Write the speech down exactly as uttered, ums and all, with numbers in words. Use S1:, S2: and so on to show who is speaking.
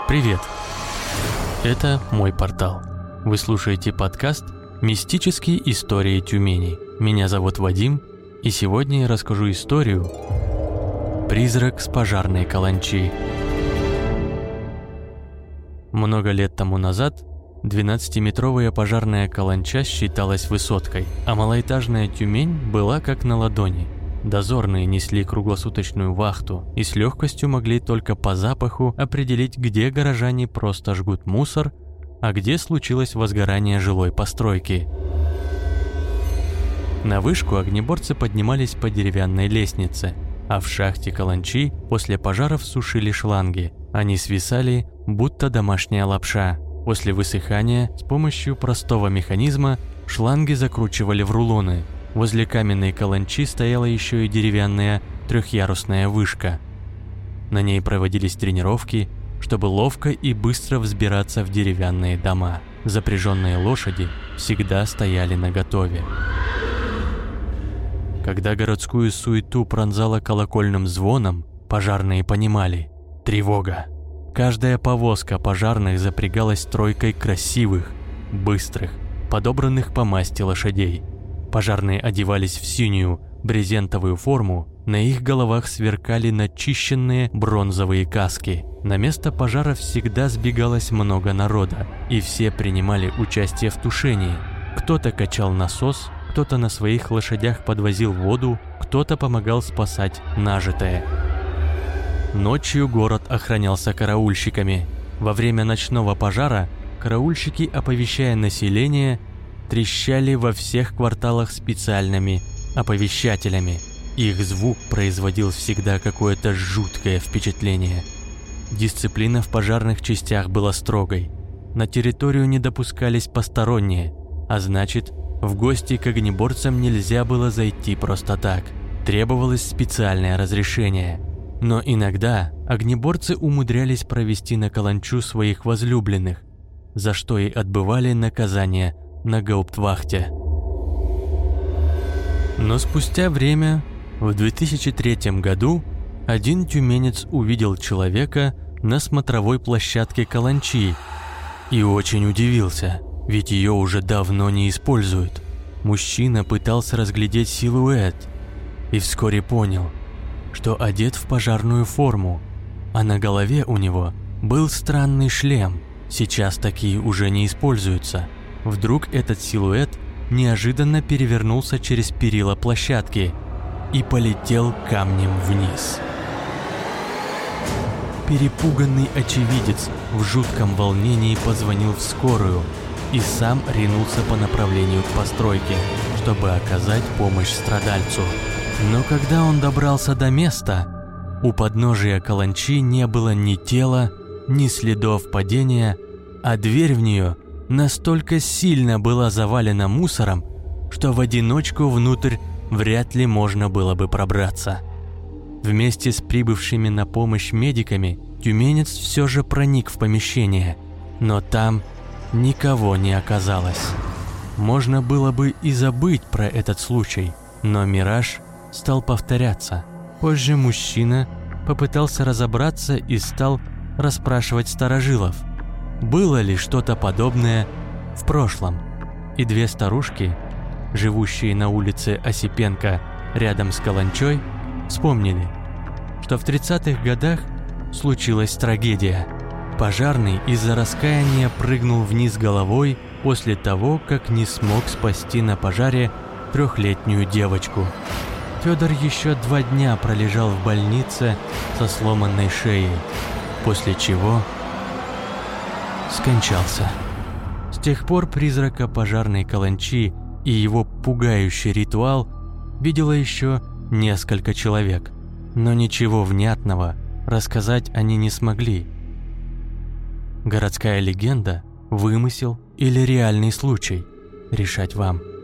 S1: Привет! Это мой портал. Вы слушаете подкаст «Мистические истории Тюмени». Меня зовут Вадим, и сегодня я расскажу историю «Призрак с пожарной каланчи». Много лет тому назад двенадцатиметровая пожарная каланча считалась высоткой, а малоэтажная Тюмень была как на ладони. Дозорные несли круглосуточную вахту и с легкостью могли только по запаху определить, где горожане просто жгут мусор, а где случилось возгорание жилой постройки. На вышку огнеборцы поднимались по деревянной лестнице, а в шахте каланчи после пожаров сушили шланги. Они свисали, будто домашняя лапша. После высыхания с помощью простого механизма шланги закручивали в рулоны. Возле каменной каланчи стояла еще и деревянная трехъярусная вышка. На ней проводились тренировки, чтобы ловко и быстро взбираться в деревянные дома. Запряженные лошади всегда стояли наготове. Когда городскую суету пронзало колокольным звоном, пожарные понимали – тревога. Каждая повозка пожарных запрягалась тройкой красивых, быстрых, подобранных по масти лошадей. Пожарные одевались в синюю брезентовую форму, на их головах сверкали начищенные бронзовые каски. На место пожара всегда сбегалось много народа, и все принимали участие в тушении. Кто-то качал насос, кто-то на своих лошадях подвозил воду, кто-то помогал спасать нажитое. Ночью город охранялся караульщиками. Во время ночного пожара караульщики, оповещая население, трещали во всех кварталах специальными оповещателями. Их звук производил всегда какое-то жуткое впечатление. Дисциплина в пожарных частях была строгой. На территорию не допускались посторонние, а значит, в гости к огнеборцам нельзя было зайти просто так. Требовалось специальное разрешение. Но иногда огнеборцы умудрялись провести на каланчу своих возлюбленных, за что и отбывали наказание на гауптвахте. Но спустя время, в две тысячи третьем году, один тюменец увидел человека на смотровой площадке каланчи и очень удивился, ведь ее уже давно не используют. Мужчина пытался разглядеть силуэт и вскоре понял, что одет в пожарную форму, а на голове у него был странный шлем. Сейчас такие уже не используются. Вдруг этот силуэт неожиданно перевернулся через перила площадки и полетел камнем вниз. Перепуганный очевидец в жутком волнении позвонил в скорую и сам ринулся по направлению к постройке, чтобы оказать помощь страдальцу. Но когда он добрался до места, у подножия каланчи не было ни тела, ни следов падения, а дверь в нее настолько сильно была завалена мусором, что в одиночку внутрь вряд ли можно было бы пробраться. Вместе с прибывшими на помощь медиками тюменец все же проник в помещение, но там никого не оказалось. Можно было бы и забыть про этот случай, но мираж стал повторяться. Позже мужчина попытался разобраться и стал расспрашивать старожилов, было ли что-то подобное в прошлом. И две старушки, живущие на улице Осипенко рядом с каланчой, вспомнили, что в тридцатых годах случилась трагедия. Пожарный из-за раскаяния прыгнул вниз головой после того, как не смог спасти на пожаре трехлетнюю девочку. Федор еще два дня пролежал в больнице со сломанной шеей, после чего скончался. С тех пор призрака пожарной каланчи и его пугающий ритуал видело еще несколько человек, но ничего внятного рассказать они не смогли. Городская легенда, вымысел или реальный случай? Решать вам.